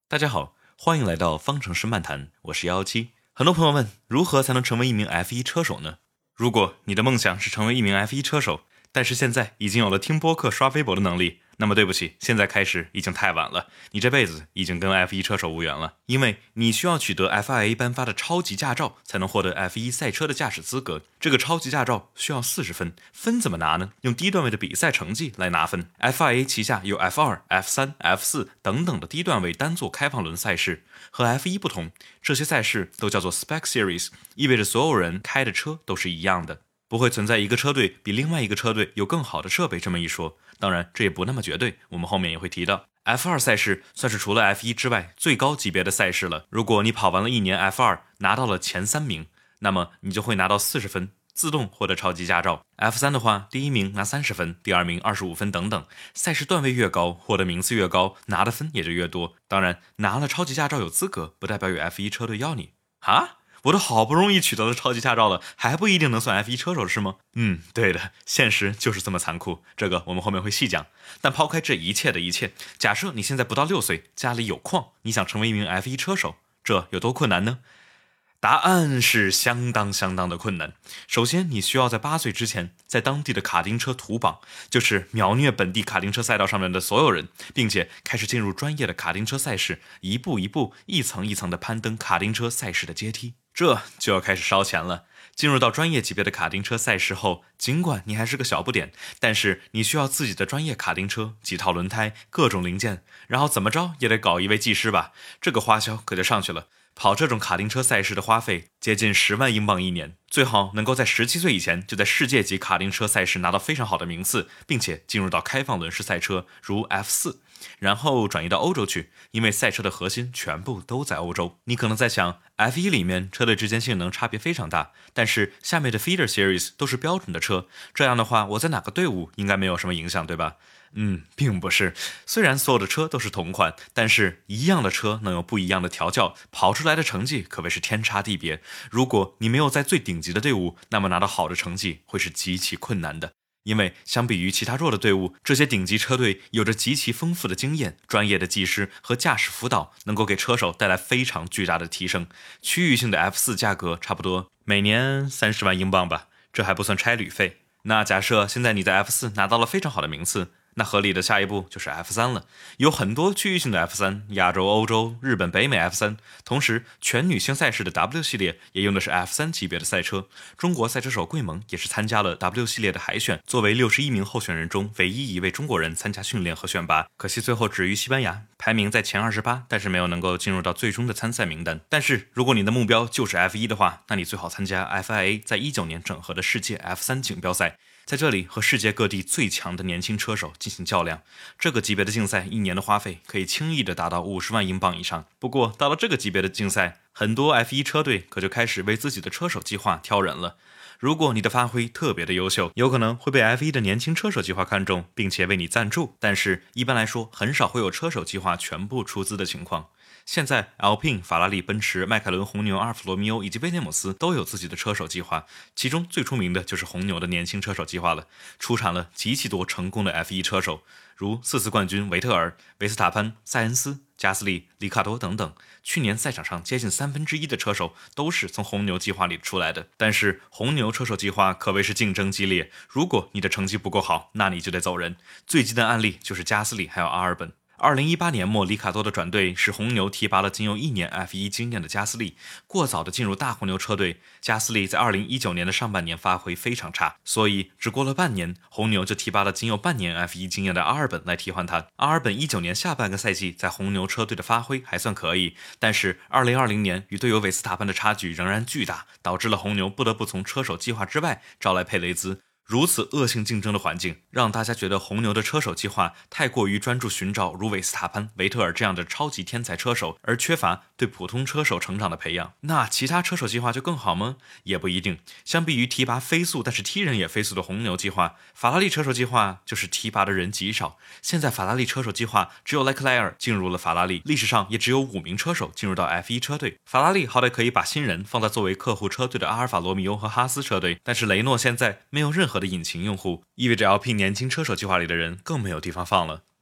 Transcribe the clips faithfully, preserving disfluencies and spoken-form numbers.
大家好，欢迎来到方程式漫谈，我是幺七。很多朋友问，如何才能成为一名 F 一 车手呢？如果你的梦想是成为一名 F 一 车手，但是现在已经有了听播客、刷微博的能力，那么对不起，现在开始已经太晚了，你这辈子已经跟 F 一 车手无缘了，因为你需要取得 F I A 颁发的超级驾照，才能获得 F 一 赛车的驾驶资格。这个超级驾照需要四十分，分怎么拿呢？用低段位的比赛成绩来拿分。F I A 旗下有 F 二、F 三、F 四 等等的低段位单座开放轮赛事，和 F 一 不同，这些赛事都叫做 Spec Series， 意味着所有人开的车都是一样的。不会存在一个车队比另外一个车队有更好的设备这么一说，当然这也不那么绝对，我们后面也会提到。F 二 赛事算是除了 F 一 之外最高级别的赛事了，如果你跑完了一年 F 二 拿到了前三名，那么你就会拿到四十分，自动获得超级驾照。 F 三 的话，第一名拿三十分，第二名二十五分等等，赛事段位越高，获得名次越高，拿的分也就越多。当然拿了超级驾照有资格，不代表有 F 一 车队要你啊，我都好不容易取得了超级驾照了，还不一定能算 F 一 车手是吗？嗯，对的，现实就是这么残酷，这个我们后面会细讲。但抛开这一切的一切，假设你现在不到六岁，家里有矿，你想成为一名 F 一 车手，这有多困难呢？答案是相当相当的困难。首先，你需要在八岁之前，在当地的卡丁车土榜，就是秒虐本地卡丁车赛道上面的所有人，并且开始进入专业的卡丁车赛事，一步一步、一层一层的攀登卡丁车赛事的阶梯。这就要开始烧钱了。进入到专业级别的卡丁车赛事后，尽管你还是个小不点，但是你需要自己的专业卡丁车、几套轮胎、各种零件，然后怎么着也得搞一位技师吧，这个花销可就上去了。跑这种卡丁车赛事的花费接近十万英镑一年，最好能够在十七岁以前就在世界级卡丁车赛事拿到非常好的名次，并且进入到开放轮式赛车，如 F 四，然后转移到欧洲去，因为赛车的核心全部都在欧洲。你可能在想 F 一 里面车队之间性能差别非常大，但是下面的 Feeder Series 都是标准的车，这样的话我在哪个队伍应该没有什么影响，对吧？嗯，并不是。虽然所有的车都是同款，但是一样的车能有不一样的调教，跑出来的成绩可谓是天差地别。如果你没有在最顶级的队伍，那么拿到好的成绩会是极其困难的。因为相比于其他弱的队伍，这些顶级车队有着极其丰富的经验、专业的技师和驾驶辅导，能够给车手带来非常巨大的提升。区域性的 F 四 价格差不多每年三十万英镑吧，这还不算差旅费。那假设现在你在 F 四 拿到了非常好的名次，那合理的下一步就是 F 三 了，有很多区域性的 F 三， 亚洲、欧洲、日本、北美 F 三， 同时全女性赛事的 W 系列也用的是 F 三 级别的赛车。中国赛车手桂萌也是参加了 W 系列的海选，作为六十一名候选人中唯一一位中国人参加训练和选拔，可惜最后止于西班牙，排名在前二十八，但是没有能够进入到最终的参赛名单。但是如果你的目标就是 F 一 的话，那你最好参加 F I A 在一九年整合的世界 F 三 锦标赛，在这里和世界各地最强的年轻车手进行较量。这个级别的竞赛一年的花费可以轻易的达到五十万英镑以上。不过到了这个级别的竞赛，很多 F 一 车队可就开始为自己的车手计划挑人了。如果你的发挥特别的优秀，有可能会被 F 一 的年轻车手计划看中，并且为你赞助，但是一般来说很少会有车手计划全部出资的情况。现在 Alpine、法拉利、奔驰、迈凯伦、红牛、阿尔法罗密欧以及威廉姆斯都有自己的车手计划，其中最出名的就是红牛的年轻车手计划了，出产了极其多成功的 F 一 车手，如四次冠军维特尔、维斯塔潘、塞恩斯、加斯利、里卡多等等。去年赛场上接近三分之一的车手都是从红牛计划里出来的。但是红牛车手计划可谓是竞争激烈，如果你的成绩不够好，那你就得走人。最极端案例就是加斯利还有阿尔本。二零一八年末，里卡多的转队使红牛提拔了仅有一年 F 一 经验的加斯利，过早的进入大红牛车队。加斯利在二零一九年的上半年发挥非常差，所以只过了半年，红牛就提拔了仅有半年 F 一 经验的阿尔本来替换他。阿尔本一九年下半个赛季在红牛车队的发挥还算可以，但是二零二零年与队友维斯塔潘的差距仍然巨大，导致了红牛不得不从车手计划之外招来佩雷兹。如此恶性竞争的环境，让大家觉得红牛的车手计划太过于专注寻找如韦斯塔潘、维特尔这样的超级天才车手，而缺乏对普通车手成长的培养。那其他车手计划就更好吗？也不一定。相比于提拔飞速但是踢人也飞速的红牛计划，法拉利车手计划就是提拔的人极少。现在法拉利车手计划只有莱克莱尔进入了法拉利，历史上也只有五名车手进入到 F 一 车队。法拉利好歹可以把新人放在作为客户车队的阿尔法罗密欧和哈斯车队，但是雷诺现在没有任何的引擎用户，意味着 Alpine 年轻车手计划里的人更没有地方放了。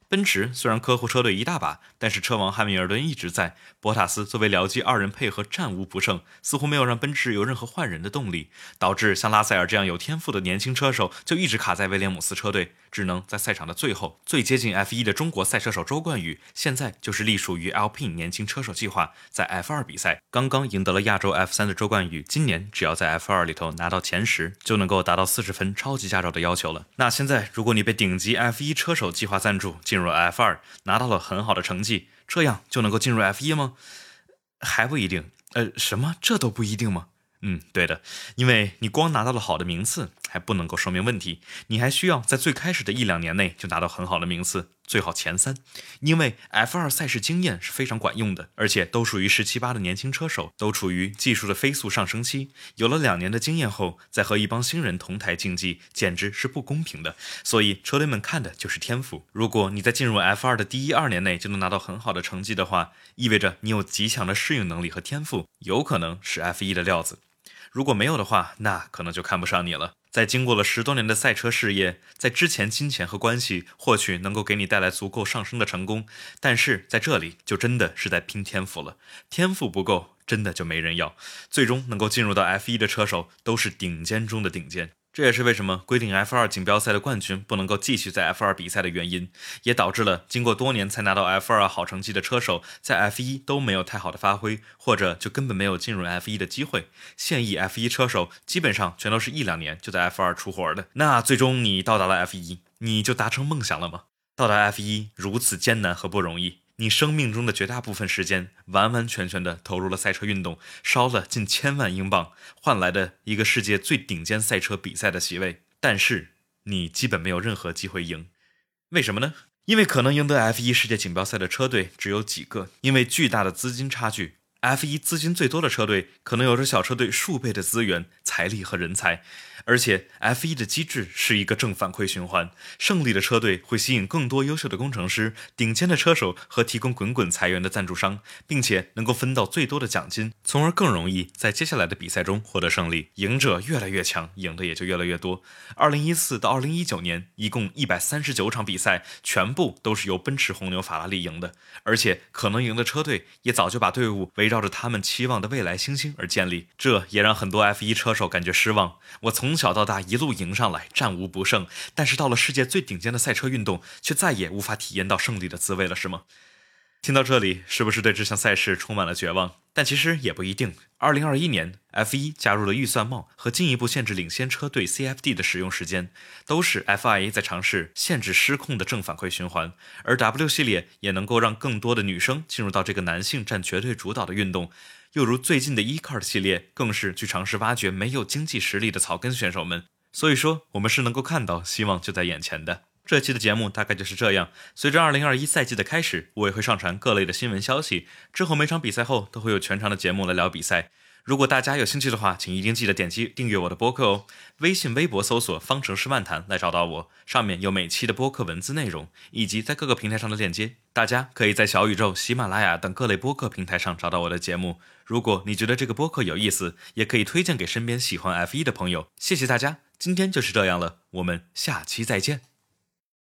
奔驰虽然客户车队一大把，但是车王汉密尔顿一直在，博塔斯作为僚机二人配合战无不胜，似乎没有让奔驰有任何换人的动力，导致像拉塞尔这样有天赋的年轻车手就一直卡在威廉姆斯车队，只能在赛场的最后。最接近 F 一 的中国赛车手周冠宇，现在就是隶属于 Alpine 年轻车手计划，在 F 二 比赛刚刚赢得了亚洲 F 三 的周冠宇，今年只要在 F 二 里头拿到前十，就能够达到四十分超级驾照的要求了。那现在如果你被顶级 F 一 车手计划赞助，进入了 F 二，拿到了很好的成绩，这样就能够进入 F 一 吗？还不一定。呃，什么？这都不一定吗？嗯，对的，因为你光拿到了好的名次还不能够说明问题，你还需要在最开始的一两年内就拿到很好的名次，最好前三。因为 F 二 赛事经验是非常管用的，而且都属于十七八的年轻车手，都处于技术的飞速上升期，有了两年的经验后，再和一帮新人同台竞技，简直是不公平的。所以车队们看的就是天赋。如果你在进入 F 二 的第一二年内就能拿到很好的成绩的话，意味着你有极强的适应能力和天赋，有可能是 F 一 的料子。如果没有的话，那可能就看不上你了。在经过了十多年的赛车事业，在之前金钱和关系或许能够给你带来足够上升的成功，但是在这里就真的是在拼天赋了，天赋不够真的就没人要。最终能够进入到 F 一 的车手都是顶尖中的顶尖，这也是为什么规定 F 二 锦标赛的冠军不能够继续在 F 二 比赛的原因，也导致了经过多年才拿到 F 二 好成绩的车手在 F 一 都没有太好的发挥，或者就根本没有进入 F 一 的机会。现役 F 一 车手基本上全都是一两年就在 F 二 出活的。那最终你到达了 F 一，你就达成梦想了吗？到达 F 一 如此艰难和不容易，你生命中的绝大部分时间完完全全的投入了赛车运动，烧了近千万英镑，换来的一个世界最顶尖赛车比赛的席位，但是你基本没有任何机会赢。为什么呢？因为可能赢得 F 一 世界锦标赛的车队只有几个，因为巨大的资金差距。F 一 资金最多的车队可能有着小车队数倍的资源、财力和人才，而且 F 一 的机制是一个正反馈循环，胜利的车队会吸引更多优秀的工程师、顶尖的车手和提供滚滚财源的赞助商，并且能够分到最多的奖金，从而更容易在接下来的比赛中获得胜利。赢者越来越强，赢的也就越来越多。二零一四到二零一九年一共一百三十九场比赛，全部都是由奔驰、红牛、法拉利赢的，而且可能赢的车队也早就把队伍围绕着他们期望的未来新星而建立，这也让很多 F 一 车手感觉失望。我从小到大一路赢上来，战无不胜，但是到了世界最顶尖的赛车运动，却再也无法体验到胜利的滋味了，是吗？听到这里，是不是对这项赛事充满了绝望？但其实也不一定。二零二一年 F 一 加入了预算帽和进一步限制领先车队 C F D 的使用时间，都是 F I A 在尝试限制失控的正反馈循环。而 W 系列也能够让更多的女生进入到这个男性占绝对主导的运动，又如最近的 E-Kart 系列更是去尝试挖掘没有经济实力的草根选手们。所以说我们是能够看到希望就在眼前的。这期的节目大概就是这样，随着二零二一赛季的开始，我也会上传各类的新闻消息，之后每场比赛后都会有全长的节目来聊比赛。如果大家有兴趣的话，请一定记得点击订阅我的播客哦。微信、微博搜索方程式漫谈来找到我，上面有每期的播客文字内容，以及在各个平台上的链接。大家可以在小宇宙、喜马拉雅等各类播客平台上找到我的节目。如果你觉得这个播客有意思，也可以推荐给身边喜欢 F 一 的朋友。谢谢大家，今天就是这样了，我们下期再见。